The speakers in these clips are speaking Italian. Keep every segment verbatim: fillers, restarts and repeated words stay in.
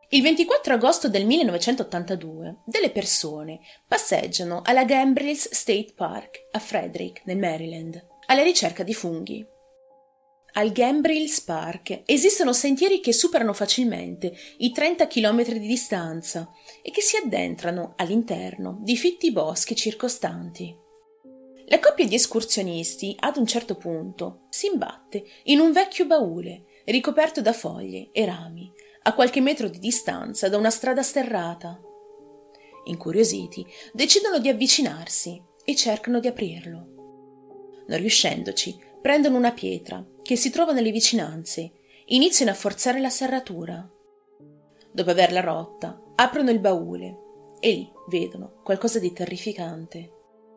Il ventiquattro agosto del millenovecentottantadue delle persone passeggiano alla Gambrills State Park a Frederick, nel Maryland, alla ricerca di funghi. Al Gambrills Park esistono sentieri che superano facilmente i trenta chilometri di distanza e che si addentrano all'interno di fitti boschi circostanti. La coppia di escursionisti, ad un certo punto, si imbatte in un vecchio baule ricoperto da foglie e rami, a qualche metro di distanza da una strada sterrata. Incuriositi, decidono di avvicinarsi e cercano di aprirlo. Non riuscendoci, prendono una pietra che si trova nelle vicinanze, iniziano a forzare la serratura. Dopo averla rotta, aprono il baule e lì vedono qualcosa di terrificante.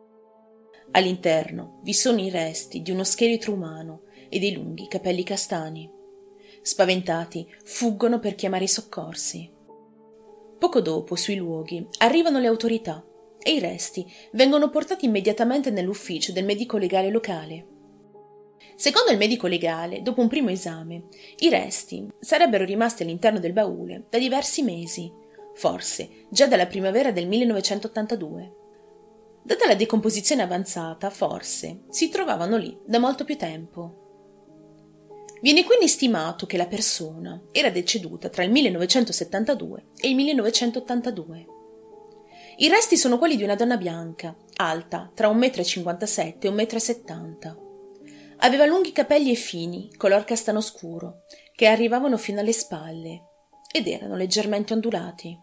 All'interno vi sono i resti di uno scheletro umano e dei lunghi capelli castani. Spaventati, fuggono per chiamare i soccorsi. Poco dopo, sui luoghi, arrivano le autorità e i resti vengono portati immediatamente nell'ufficio del medico legale locale. Secondo il medico legale, dopo un primo esame, i resti sarebbero rimasti all'interno del baule da diversi mesi, forse già dalla primavera del millenovecentottantadue. Data la decomposizione avanzata, forse si trovavano lì da molto più tempo. Viene quindi stimato che la persona era deceduta tra il millenovecentosettantadue e il millenovecentottantadue. I resti sono quelli di una donna bianca, alta tra un metro e cinquantasette e un metro e settanta. Aveva lunghi capelli e fini, color castano scuro, che arrivavano fino alle spalle ed erano leggermente ondulati.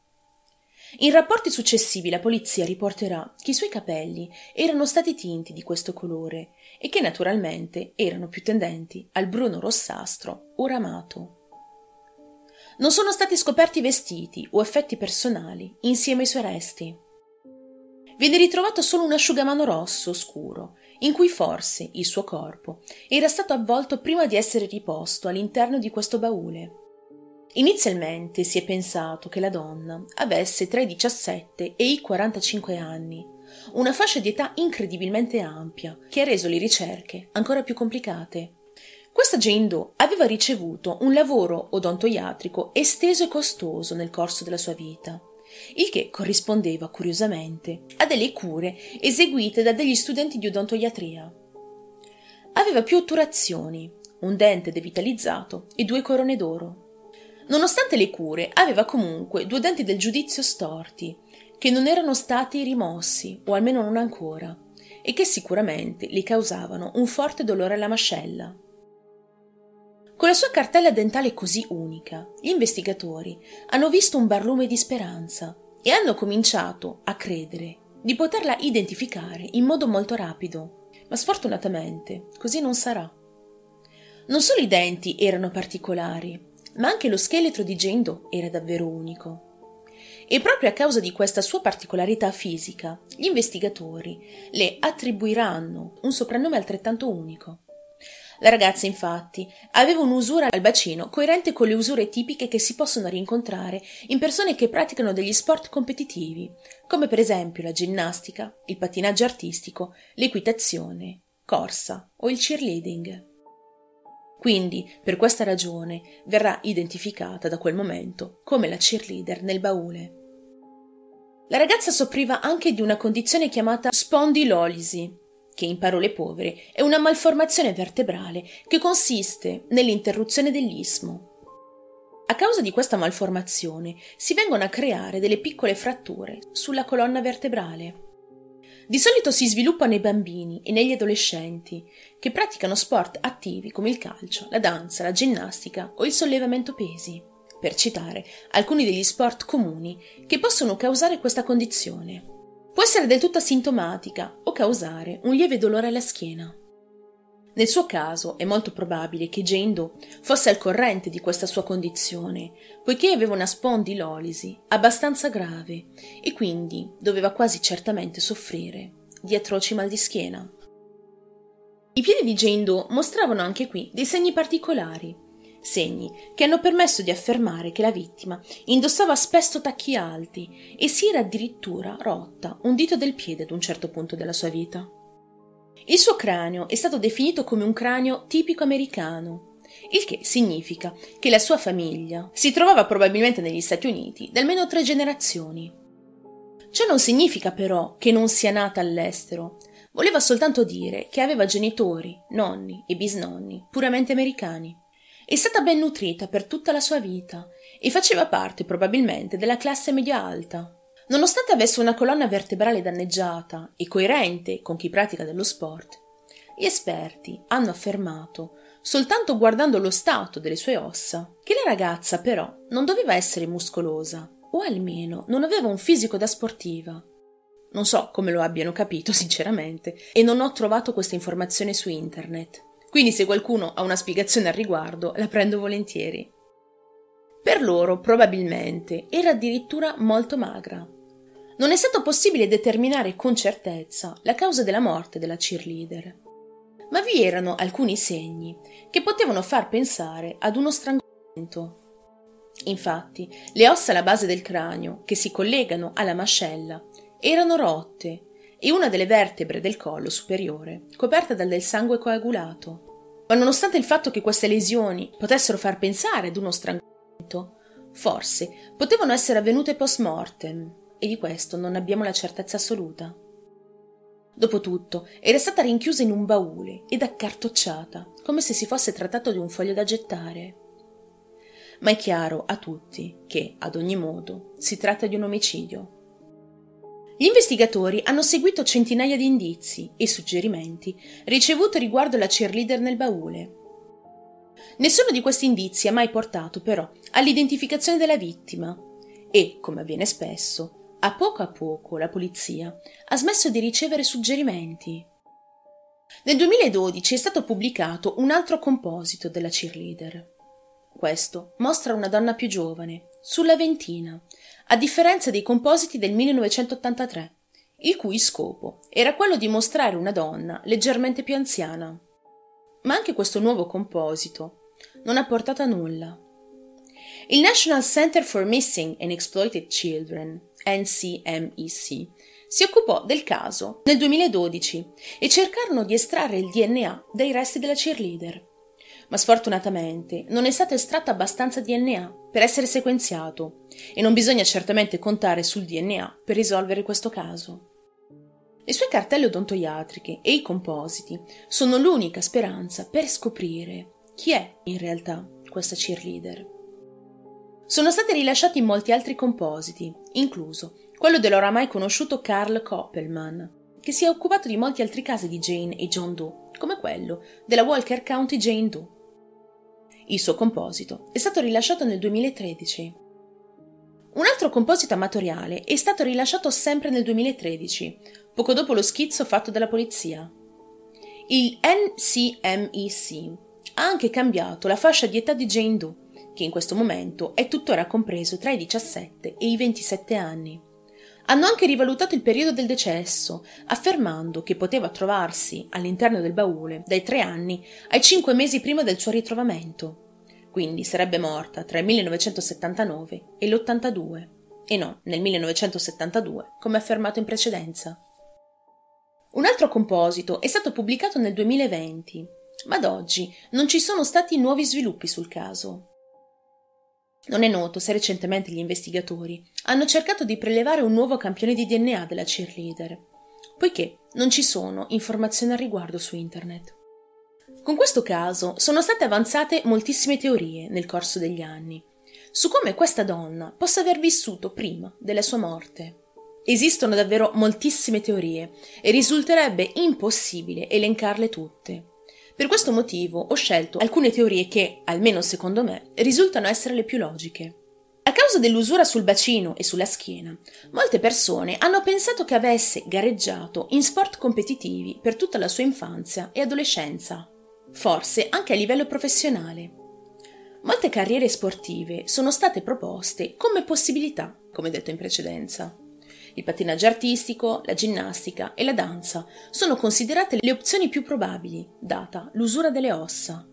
In rapporti successivi la polizia riporterà che i suoi capelli erano stati tinti di questo colore e che naturalmente erano più tendenti al bruno rossastro o ramato. Non sono stati scoperti vestiti o effetti personali insieme ai suoi resti. Viene ritrovato solo un asciugamano rosso scuro in cui forse il suo corpo era stato avvolto prima di essere riposto all'interno di questo baule. Inizialmente si è pensato che la donna avesse tra i diciassette e i quarantacinque anni, una fascia di età incredibilmente ampia che ha reso le ricerche ancora più complicate. Questa Jane Doe aveva ricevuto un lavoro odontoiatrico esteso e costoso nel corso della sua vita, il che corrispondeva curiosamente a delle cure eseguite da degli studenti di odontoiatria. Aveva più otturazioni, un dente devitalizzato e due corone d'oro. Nonostante le cure, aveva comunque due denti del giudizio storti, che non erano stati rimossi, o almeno non ancora, e che sicuramente le causavano un forte dolore alla mascella. Con la sua cartella dentale così unica, gli investigatori hanno visto un barlume di speranza e hanno cominciato a credere di poterla identificare in modo molto rapido, ma sfortunatamente così non sarà. Non solo i denti erano particolari, ma anche lo scheletro di Jane Doe era davvero unico. E proprio a causa di questa sua particolarità fisica, gli investigatori le attribuiranno un soprannome altrettanto unico. La ragazza, infatti, aveva un'usura al bacino coerente con le usure tipiche che si possono rincontrare in persone che praticano degli sport competitivi, come per esempio la ginnastica, il pattinaggio artistico, l'equitazione, corsa o il cheerleading. Quindi, per questa ragione, verrà identificata da quel momento come la cheerleader nel baule. La ragazza soffriva anche di una condizione chiamata spondilolisi, che in parole povere è una malformazione vertebrale che consiste nell'interruzione dell'istmo. A causa di questa malformazione si vengono a creare delle piccole fratture sulla colonna vertebrale. Di solito si sviluppa nei bambini e negli adolescenti che praticano sport attivi come il calcio, la danza, la ginnastica o il sollevamento pesi, per citare alcuni degli sport comuni che possono causare questa condizione. Può essere del tutto asintomatica o causare un lieve dolore alla schiena. Nel suo caso è molto probabile che Jane Doe fosse al corrente di questa sua condizione, poiché aveva una spondilolisi abbastanza grave e quindi doveva quasi certamente soffrire di atroci mal di schiena. I piedi di Jane Doe mostravano anche qui dei segni particolari, segni che hanno permesso di affermare che la vittima indossava spesso tacchi alti e si era addirittura rotta un dito del piede ad un certo punto della sua vita. Il suo cranio è stato definito come un cranio tipico americano il che significa che la sua famiglia si trovava probabilmente negli Stati Uniti da almeno tre generazioni. Ciò non significa però che non sia nata all'estero, voleva soltanto dire che aveva genitori, nonni e bisnonni puramente americani. È stata ben nutrita per tutta la sua vita e faceva parte probabilmente della classe media-alta. Nonostante avesse una colonna vertebrale danneggiata e coerente con chi pratica dello sport, gli esperti hanno affermato, soltanto guardando lo stato delle sue ossa, che la ragazza però non doveva essere muscolosa, o almeno non aveva un fisico da sportiva. Non so come lo abbiano capito, sinceramente, e non ho trovato questa informazione su internet. Quindi se qualcuno ha una spiegazione al riguardo, la prendo volentieri. Per loro, probabilmente, era addirittura molto magra. Non è stato possibile determinare con certezza la causa della morte della cheerleader, ma vi erano alcuni segni che potevano far pensare ad uno strangolamento. Infatti, le ossa alla base del cranio, che si collegano alla mascella, erano rotte e una delle vertebre del collo superiore coperta dal del sangue coagulato. Ma nonostante il fatto che queste lesioni potessero far pensare ad uno strangolamento, forse potevano essere avvenute post mortem, e di questo non abbiamo la certezza assoluta. Dopotutto, era stata rinchiusa in un baule ed accartocciata, come se si fosse trattato di un foglio da gettare. Ma è chiaro a tutti che, ad ogni modo, si tratta di un omicidio. Gli investigatori hanno seguito centinaia di indizi e suggerimenti ricevuti riguardo la cheerleader nel baule. Nessuno di questi indizi ha mai portato, però, all'identificazione della vittima e, come avviene spesso, a poco a poco la polizia ha smesso di ricevere suggerimenti. Nel duemiladodici è stato pubblicato un altro composito della cheerleader. Questo mostra una donna più giovane, sulla ventina, a differenza dei compositi del millenovecentottantatré, il cui scopo era quello di mostrare una donna leggermente più anziana. Ma anche questo nuovo composito non ha portato a nulla. Il National Center for Missing and Exploited Children, N C M E C, si occupò del caso nel duemiladodici e cercarono di estrarre il D N A dai resti della cheerleader. Ma sfortunatamente non è stato estratto abbastanza D N A per essere sequenziato e non bisogna certamente contare sul D N A per risolvere questo caso. Le sue cartelle odontoiatriche e i compositi sono l'unica speranza per scoprire chi è in realtà questa cheerleader. Sono stati rilasciati molti altri compositi, incluso quello dell'oramai conosciuto Carl Koppelman, che si è occupato di molti altri casi di Jane e John Doe, come quello della Walker County Jane Doe. Il suo composito è stato rilasciato nel duemilatredici. Un altro composito amatoriale è stato rilasciato sempre nel duemilatredici, poco dopo lo schizzo fatto dalla polizia. Il N C M E C ha anche cambiato la fascia di età di Jane Doe, che in questo momento è tuttora compreso tra i diciassette e i ventisette anni. Hanno anche rivalutato il periodo del decesso, affermando che poteva trovarsi all'interno del baule dai tre anni ai cinque mesi prima del suo ritrovamento. Quindi sarebbe morta tra il millenovecentosettantanove e l'ottantadue, e non nel millenovecentosettantadue, come affermato in precedenza. Un altro composito è stato pubblicato nel duemilaventi, ma ad oggi non ci sono stati nuovi sviluppi sul caso. Non è noto se recentemente gli investigatori hanno cercato di prelevare un nuovo campione di D N A della cheerleader, poiché non ci sono informazioni al riguardo su internet. Con questo caso sono state avanzate moltissime teorie nel corso degli anni su come questa donna possa aver vissuto prima della sua morte. Esistono davvero moltissime teorie e risulterebbe impossibile elencarle tutte. Per questo motivo ho scelto alcune teorie che, almeno secondo me, risultano essere le più logiche. A causa dell'usura sul bacino e sulla schiena, molte persone hanno pensato che avesse gareggiato in sport competitivi per tutta la sua infanzia e adolescenza, forse anche a livello professionale. Molte carriere sportive sono state proposte come possibilità, come detto in precedenza. Il pattinaggio artistico, la ginnastica e la danza sono considerate le opzioni più probabili, data l'usura delle ossa.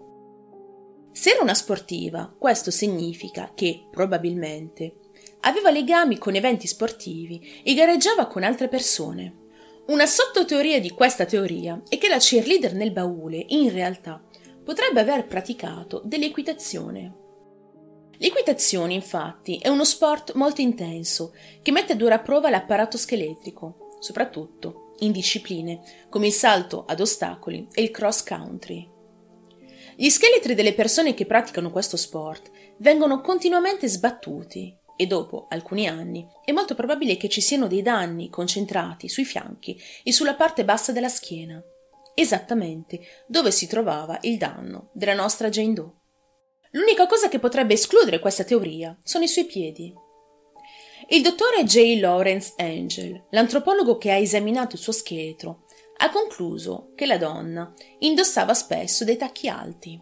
Se era una sportiva, questo significa che, probabilmente, aveva legami con eventi sportivi e gareggiava con altre persone. Una sottoteoria di questa teoria è che la cheerleader nel baule, in realtà, potrebbe aver praticato dell'equitazione. L'equitazione, infatti, è uno sport molto intenso che mette a dura prova l'apparato scheletrico, soprattutto in discipline come il salto ad ostacoli e il cross country. Gli scheletri delle persone che praticano questo sport vengono continuamente sbattuti e dopo alcuni anni è molto probabile che ci siano dei danni concentrati sui fianchi e sulla parte bassa della schiena, esattamente dove si trovava il danno della nostra Jane Doe. L'unica cosa che potrebbe escludere questa teoria sono i suoi piedi. Il dottore J. Lawrence Angel, l'antropologo che ha esaminato il suo scheletro, ha concluso che la donna indossava spesso dei tacchi alti.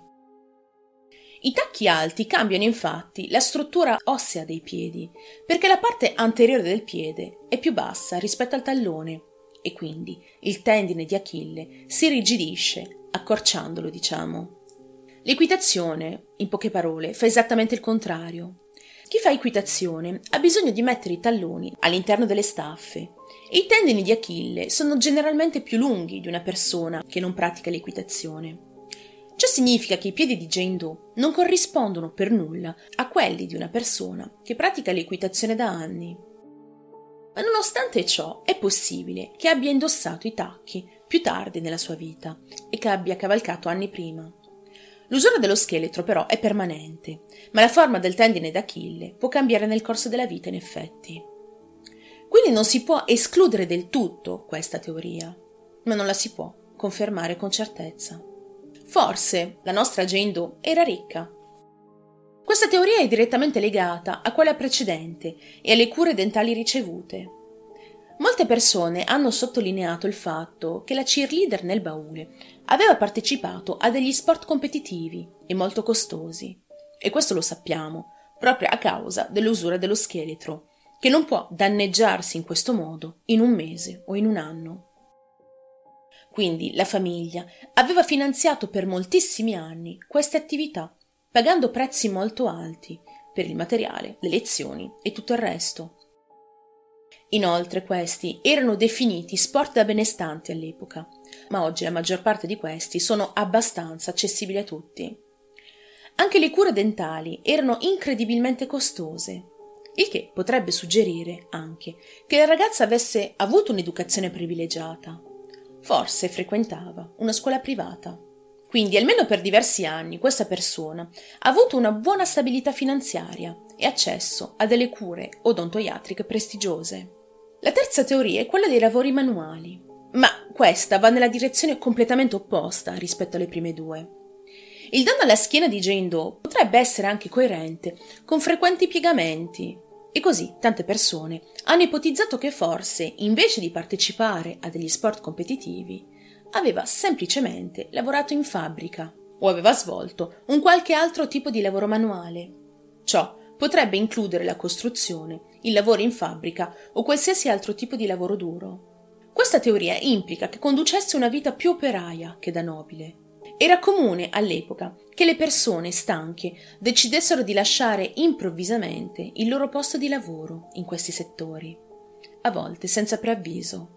I tacchi alti cambiano infatti la struttura ossea dei piedi, perché la parte anteriore del piede è più bassa rispetto al tallone e quindi il tendine di Achille si irrigidisce, accorciandolo, diciamo. L'equitazione, in poche parole, fa esattamente il contrario. Chi fa equitazione ha bisogno di mettere i talloni all'interno delle staffe e i tendini di Achille sono generalmente più lunghi di una persona che non pratica l'equitazione. Ciò significa che i piedi di Jane Doe non corrispondono per nulla a quelli di una persona che pratica l'equitazione da anni. Ma nonostante ciò è possibile che abbia indossato i tacchi più tardi nella sua vita e che abbia cavalcato anni prima. L'usura dello scheletro però è permanente, ma la forma del tendine d'Achille può cambiare nel corso della vita in effetti. Quindi non si può escludere del tutto questa teoria, ma non la si può confermare con certezza. Forse la nostra Jane Doe era ricca. Questa teoria è direttamente legata a quella precedente e alle cure dentali ricevute. Molte persone hanno sottolineato il fatto che la cheerleader nel baule aveva partecipato a degli sport competitivi e molto costosi, e questo lo sappiamo proprio a causa dell'usura dello scheletro, che non può danneggiarsi in questo modo in un mese o in un anno. Quindi la famiglia aveva finanziato per moltissimi anni queste attività, pagando prezzi molto alti per il materiale, le lezioni e tutto il resto. Inoltre questi erano definiti sport da benestanti all'epoca, ma oggi la maggior parte di questi sono abbastanza accessibili a tutti. Anche le cure dentali erano incredibilmente costose, il che potrebbe suggerire anche che la ragazza avesse avuto un'educazione privilegiata. Forse frequentava una scuola privata. Quindi almeno per diversi anni questa persona ha avuto una buona stabilità finanziaria e accesso a delle cure odontoiatriche prestigiose. La terza teoria è quella dei lavori manuali, ma questa va nella direzione completamente opposta rispetto alle prime due. Il danno alla schiena di Jane Doe potrebbe essere anche coerente con frequenti piegamenti, e così tante persone hanno ipotizzato che forse, invece di partecipare a degli sport competitivi, aveva semplicemente lavorato in fabbrica o aveva svolto un qualche altro tipo di lavoro manuale. Ciò potrebbe includere la costruzione, il lavoro in fabbrica o qualsiasi altro tipo di lavoro duro. Questa teoria implica che conducesse una vita più operaia che da nobile. Era comune all'epoca che le persone stanche decidessero di lasciare improvvisamente il loro posto di lavoro in questi settori, a volte senza preavviso.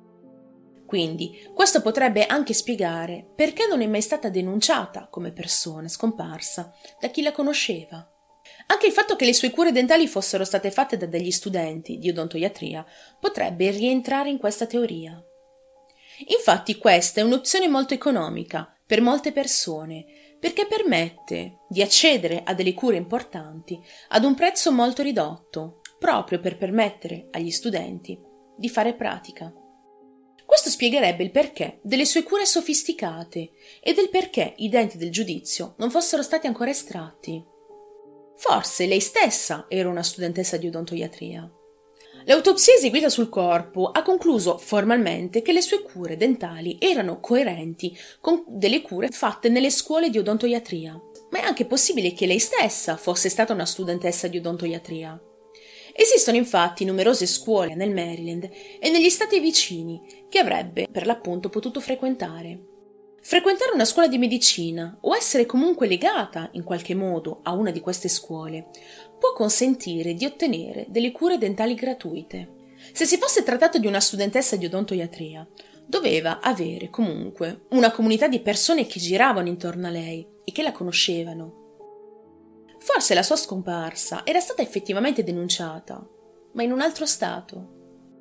Quindi questo potrebbe anche spiegare perché non è mai stata denunciata come persona scomparsa da chi la conosceva. Anche il fatto che le sue cure dentali fossero state fatte da degli studenti di odontoiatria potrebbe rientrare in questa teoria. Infatti questa è un'opzione molto economica per molte persone, perché permette di accedere a delle cure importanti ad un prezzo molto ridotto, proprio per permettere agli studenti di fare pratica. Questo spiegherebbe il perché delle sue cure sofisticate e del perché i denti del giudizio non fossero stati ancora estratti. Forse lei stessa era una studentessa di odontoiatria. L'autopsia eseguita sul corpo ha concluso formalmente che le sue cure dentali erano coerenti con delle cure fatte nelle scuole di odontoiatria, ma è anche possibile che lei stessa fosse stata una studentessa di odontoiatria. Esistono infatti numerose scuole nel Maryland e negli stati vicini che avrebbe per l'appunto potuto frequentare. Frequentare una scuola di medicina o essere comunque legata in qualche modo a una di queste scuole può consentire di ottenere delle cure dentali gratuite. Se si fosse trattato di una studentessa di odontoiatria, Doveva avere comunque una comunità di persone che giravano intorno a lei e che la conoscevano. Forse la sua scomparsa era stata effettivamente denunciata, ma in un altro stato.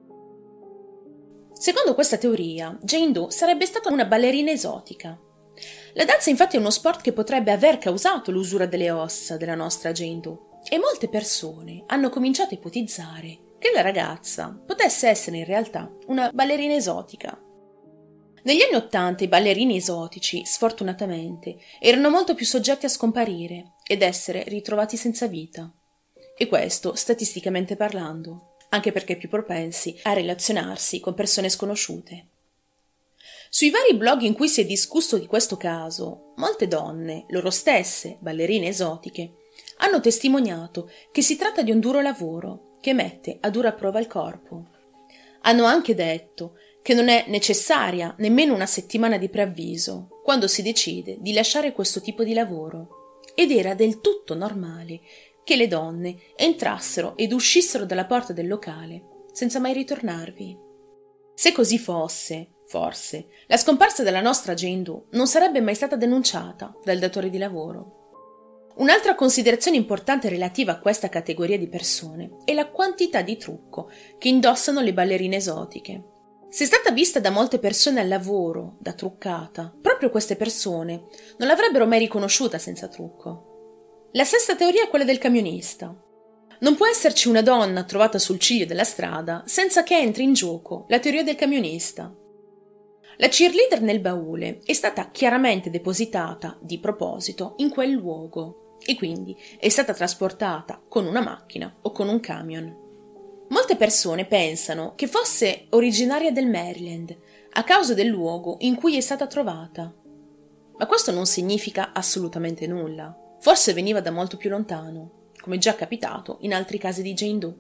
Secondo questa teoria, Jane Doe sarebbe stata una ballerina esotica. La danza infatti è uno sport che potrebbe aver causato l'usura delle ossa della nostra Jane Doe e molte persone hanno cominciato a ipotizzare che la ragazza potesse essere in realtà una ballerina esotica. Negli anni Ottanta i ballerini esotici, sfortunatamente, erano molto più soggetti a scomparire ed essere ritrovati senza vita. E questo statisticamente parlando, anche perché più propensi a relazionarsi con persone sconosciute. Sui vari blog in cui si è discusso di questo caso, molte donne, loro stesse ballerine esotiche, hanno testimoniato che si tratta di un duro lavoro che mette a dura prova il corpo. Hanno anche detto che non è necessaria nemmeno una settimana di preavviso quando si decide di lasciare questo tipo di lavoro, ed era del tutto normale che le donne entrassero ed uscissero dalla porta del locale senza mai ritornarvi. Se così fosse, forse, la scomparsa della nostra Jane Doe non sarebbe mai stata denunciata dal datore di lavoro. Un'altra considerazione importante relativa a questa categoria di persone è la quantità di trucco che indossano le ballerine esotiche. Se è stata vista da molte persone al lavoro da truccata, proprio queste persone non l'avrebbero mai riconosciuta senza trucco. La sesta teoria è quella del camionista. Non può esserci una donna trovata sul ciglio della strada senza che entri in gioco la teoria del camionista. La cheerleader nel baule è stata chiaramente depositata di proposito in quel luogo e quindi è stata trasportata con una macchina o con un camion. Molte persone pensano che fosse originaria del Maryland a causa del luogo in cui è stata trovata. Ma questo non significa assolutamente nulla. Forse veniva da molto più lontano, come già capitato in altri casi di Jane Doe.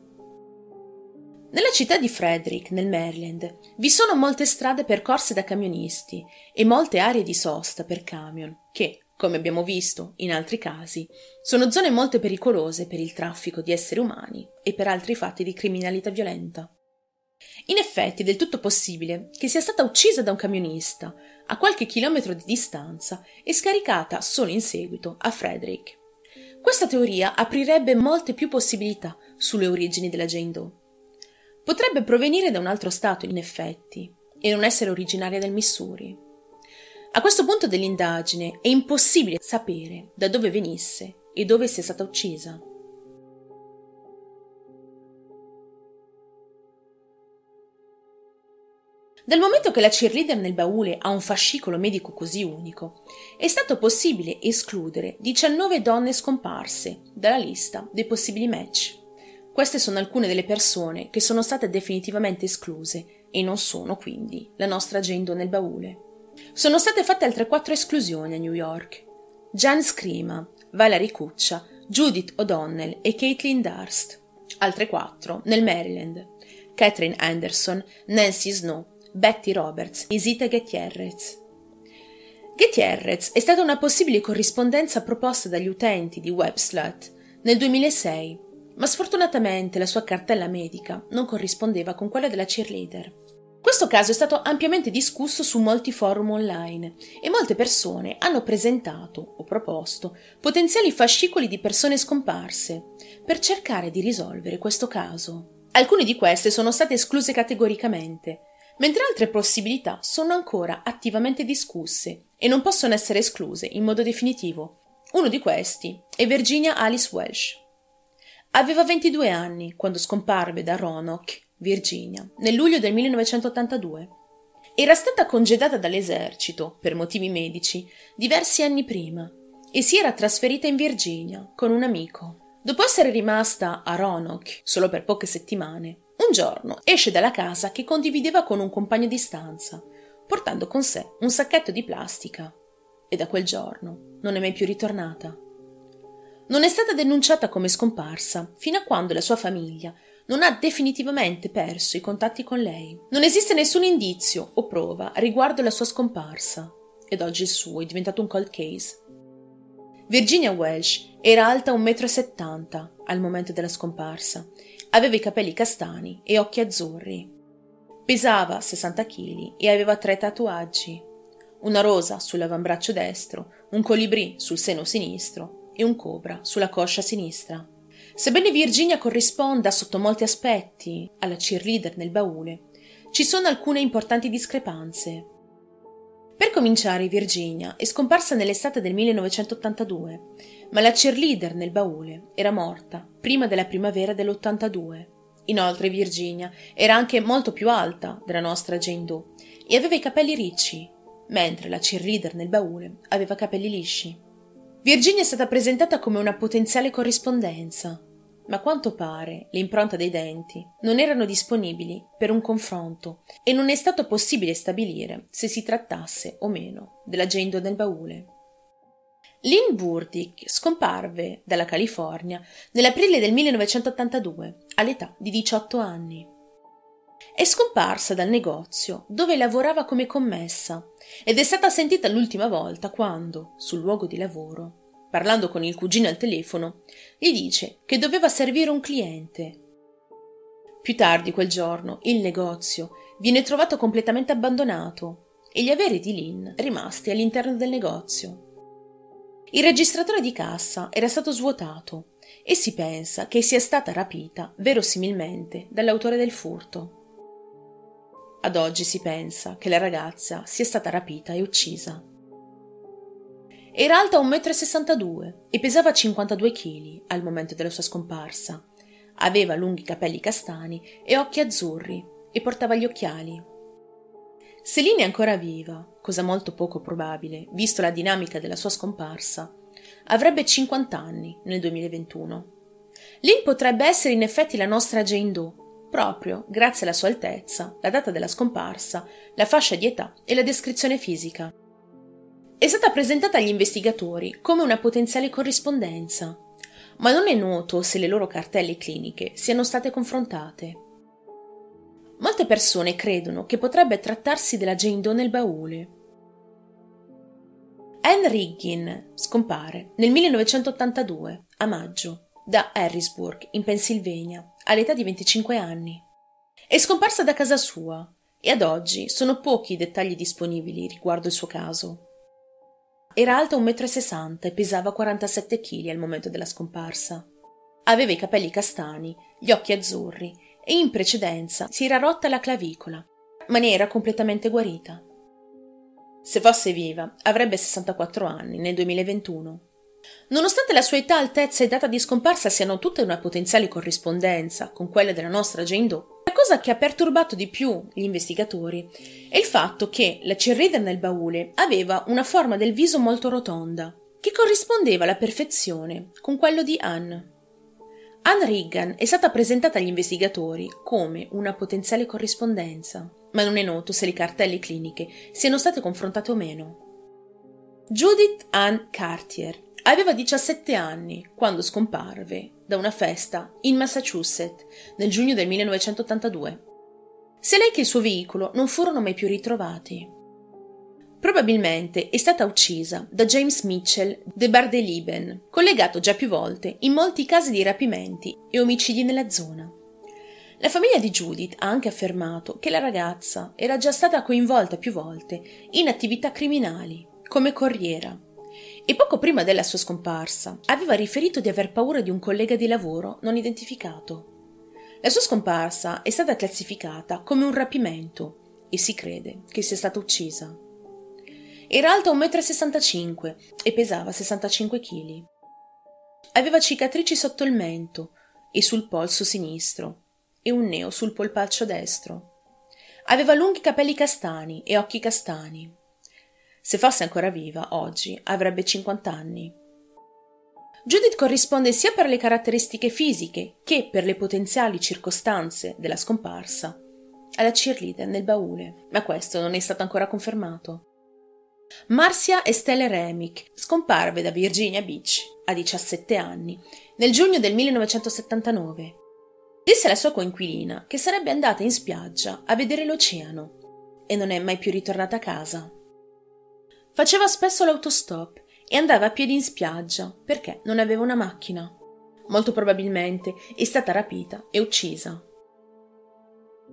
Nella città di Frederick, nel Maryland, vi sono molte strade percorse da camionisti e molte aree di sosta per camion che, come abbiamo visto in altri casi, sono zone molto pericolose per il traffico di esseri umani e per altri fatti di criminalità violenta. In effetti è del tutto possibile che sia stata uccisa da un camionista a qualche chilometro di distanza e scaricata solo in seguito a Frederick. Questa teoria aprirebbe molte più possibilità sulle origini della Jane Doe. Potrebbe provenire da un altro stato, in effetti, e non essere originaria del Missouri. A questo punto dell'indagine è impossibile sapere da dove venisse e dove sia stata uccisa. Dal momento che la cheerleader nel baule ha un fascicolo medico così unico, è stato possibile escludere diciannove donne scomparse dalla lista dei possibili match. Queste sono alcune delle persone che sono state definitivamente escluse e non sono quindi la nostra Jane Doe nel baule. Sono state fatte altre quattro esclusioni a New York. Jan Scrima, Valerie Cuccia, Judith O'Donnell e Caitlin Darst. Altre quattro nel Maryland. Catherine Anderson, Nancy Snow, Betty Roberts e Zita Gutierrez. Gutierrez è stata una possibile corrispondenza proposta dagli utenti di WebSlut nel duemilasei, ma sfortunatamente la sua cartella medica non corrispondeva con quella della cheerleader. Questo caso è stato ampiamente discusso su molti forum online e molte persone hanno presentato o proposto potenziali fascicoli di persone scomparse per cercare di risolvere questo caso. Alcune di queste sono state escluse categoricamente, mentre altre possibilità sono ancora attivamente discusse e non possono essere escluse in modo definitivo. Uno di questi è Virginia Alice Welsh. Aveva ventidue anni quando scomparve da Roanoke, Virginia, nel luglio del millenovecentottantadue. Era stata congedata dall'esercito, per motivi medici, diversi anni prima e si era trasferita in Virginia con un amico. Dopo essere rimasta a Roanoke solo per poche settimane, un giorno esce dalla casa che condivideva con un compagno di stanza, portando con sé un sacchetto di plastica, e da quel giorno non è mai più ritornata. Non è stata denunciata come scomparsa fino a quando la sua famiglia non ha definitivamente perso i contatti con lei. Non esiste nessun indizio o prova riguardo la sua scomparsa, ed oggi il suo è diventato un cold case. Virginia Welsh era alta un metro e settanta al momento della scomparsa, aveva i capelli castani e occhi azzurri. Pesava sessanta chili e aveva tre tatuaggi: una rosa sull'avambraccio destro, un colibrì sul seno sinistro e un cobra sulla coscia sinistra. Sebbene Virginia corrisponda sotto molti aspetti alla cheerleader nel baule, ci sono alcune importanti discrepanze. Per cominciare, Virginia è scomparsa nell'estate del millenovecentottantadue, ma la cheerleader nel baule era morta prima della primavera dell'ottantadue. Inoltre Virginia era anche molto più alta della nostra Jane Doe e aveva i capelli ricci, mentre la cheerleader nel baule aveva capelli lisci. Virginia è stata presentata come una potenziale corrispondenza, ma a quanto pare le impronte dei denti non erano disponibili per un confronto e non è stato possibile stabilire se si trattasse o meno della Jane Doe nel baule. Lynn Burdick scomparve dalla California nell'aprile del millenovecentottantadue all'età di diciotto anni. È scomparsa dal negozio dove lavorava come commessa ed è stata sentita l'ultima volta quando, sul luogo di lavoro, parlando con il cugino al telefono, gli dice che doveva servire un cliente. Più tardi quel giorno il negozio viene trovato completamente abbandonato e gli averi di Lynn rimasti all'interno del negozio. Il registratore di cassa era stato svuotato e si pensa che sia stata rapita verosimilmente dall'autore del furto. Ad oggi si pensa che la ragazza sia stata rapita e uccisa. Era alta un metro e sessantadue e pesava cinquantadue chili al momento della sua scomparsa. Aveva lunghi capelli castani e occhi azzurri e portava gli occhiali. Se Lynn è ancora viva, cosa molto poco probabile, visto la dinamica della sua scomparsa, avrebbe cinquanta anni nel duemilaventuno. Lynn potrebbe essere in effetti la nostra Jane Doe, proprio grazie alla sua altezza, la data della scomparsa, la fascia di età e la descrizione fisica. È stata presentata agli investigatori come una potenziale corrispondenza, ma non è noto se le loro cartelle cliniche siano state confrontate. Molte persone credono che potrebbe trattarsi della Jane Doe nel baule. Anne Riggin scompare nel millenovecentottantadue, a maggio, da Harrisburg, in Pennsylvania, all'età di venticinque anni. È scomparsa da casa sua e ad oggi sono pochi i dettagli disponibili riguardo il suo caso. Era alta un metro e sessanta e pesava quarantasette chili al momento della scomparsa. Aveva i capelli castani, gli occhi azzurri e in precedenza si era rotta la clavicola, ma ne era completamente guarita. Se fosse viva, avrebbe sessantaquattro anni nel duemilaventuno. Nonostante la sua età, altezza e data di scomparsa siano tutte una potenziale corrispondenza con quella della nostra Jane Doe, la cosa che ha perturbato di più gli investigatori è il fatto che la cheerleader nel baule aveva una forma del viso molto rotonda, che corrispondeva alla perfezione con quello di Anne. Anne Riggin è stata presentata agli investigatori come una potenziale corrispondenza, ma non è noto se le cartelle cliniche siano state confrontate o meno. Judith Ann Cartier aveva diciassette anni quando scomparve da una festa in Massachusetts nel giugno del millenovecentottantadue. Sia lei che il suo veicolo non furono mai più ritrovati. Probabilmente è stata uccisa da James Mitchell de Bardelieben, collegato già più volte in molti casi di rapimenti e omicidi nella zona. La famiglia di Judith ha anche affermato che la ragazza era già stata coinvolta più volte in attività criminali, come corriera, e poco prima della sua scomparsa aveva riferito di aver paura di un collega di lavoro non identificato. La sua scomparsa è stata classificata come un rapimento e si crede che sia stata uccisa. Era alta un metro e sessantacinque e pesava sessantacinque chili. Aveva cicatrici sotto il mento e sul polso sinistro e un neo sul polpaccio destro. Aveva lunghi capelli castani e occhi castani. Se fosse ancora viva, oggi avrebbe cinquanta anni. Judith corrisponde sia per le caratteristiche fisiche che per le potenziali circostanze della scomparsa alla cheerleader nel baule, ma questo non è stato ancora confermato. Marcia Estelle Remick scomparve da Virginia Beach a diciassette anni nel giugno del millenovecentosettantanove. Disse alla sua coinquilina che sarebbe andata in spiaggia a vedere l'oceano e non è mai più ritornata a casa. Faceva spesso l'autostop e andava a piedi in spiaggia perché non aveva una macchina. Molto probabilmente è stata rapita e uccisa.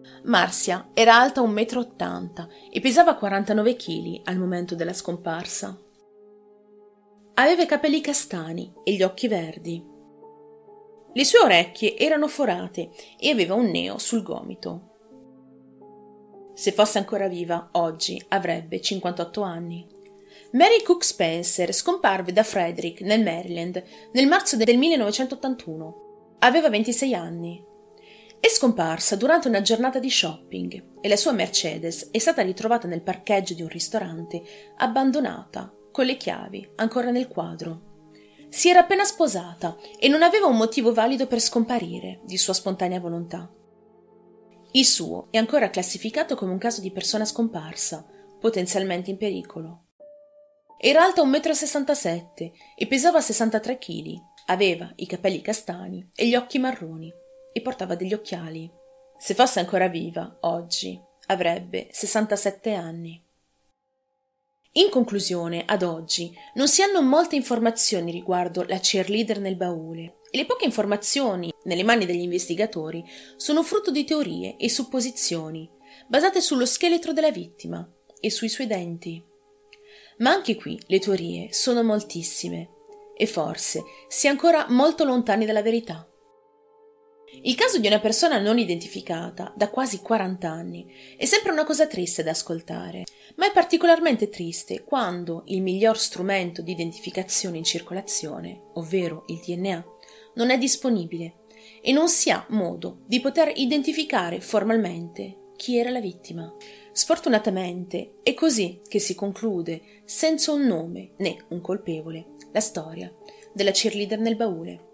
Marcia era alta un metro e ottanta e pesava quarantanove chili al momento della scomparsa. Aveva i capelli castani e gli occhi verdi. Le sue orecchie erano forate e aveva un neo sul gomito. Se fosse ancora viva, oggi avrebbe cinquantotto anni. Mary Cook Spencer scomparve da Frederick, nel Maryland, nel marzo del millenovecentottantuno. Aveva ventisei anni. È scomparsa durante una giornata di shopping e la sua Mercedes è stata ritrovata nel parcheggio di un ristorante, abbandonata, con le chiavi ancora nel quadro. Si era appena sposata e non aveva un motivo valido per scomparire di sua spontanea volontà. Il suo è ancora classificato come un caso di persona scomparsa, potenzialmente in pericolo. Era alta un metro e sessantasette e pesava sessantatré chili, aveva i capelli castani e gli occhi marroni e portava degli occhiali. Se fosse ancora viva, oggi avrebbe sessantasette anni. In conclusione, ad oggi non si hanno molte informazioni riguardo la cheerleader nel baule e le poche informazioni nelle mani degli investigatori sono frutto di teorie e supposizioni basate sullo scheletro della vittima e sui suoi denti. Ma anche qui le teorie sono moltissime e forse si è ancora molto lontani dalla verità. Il caso di una persona non identificata da quasi quaranta anni è sempre una cosa triste da ascoltare, ma è particolarmente triste quando il miglior strumento di identificazione in circolazione, ovvero il D N A, non è disponibile e non si ha modo di poter identificare formalmente chi era la vittima. Sfortunatamente è così che si conclude, senza un nome né un colpevole, la storia della cheerleader nel baule.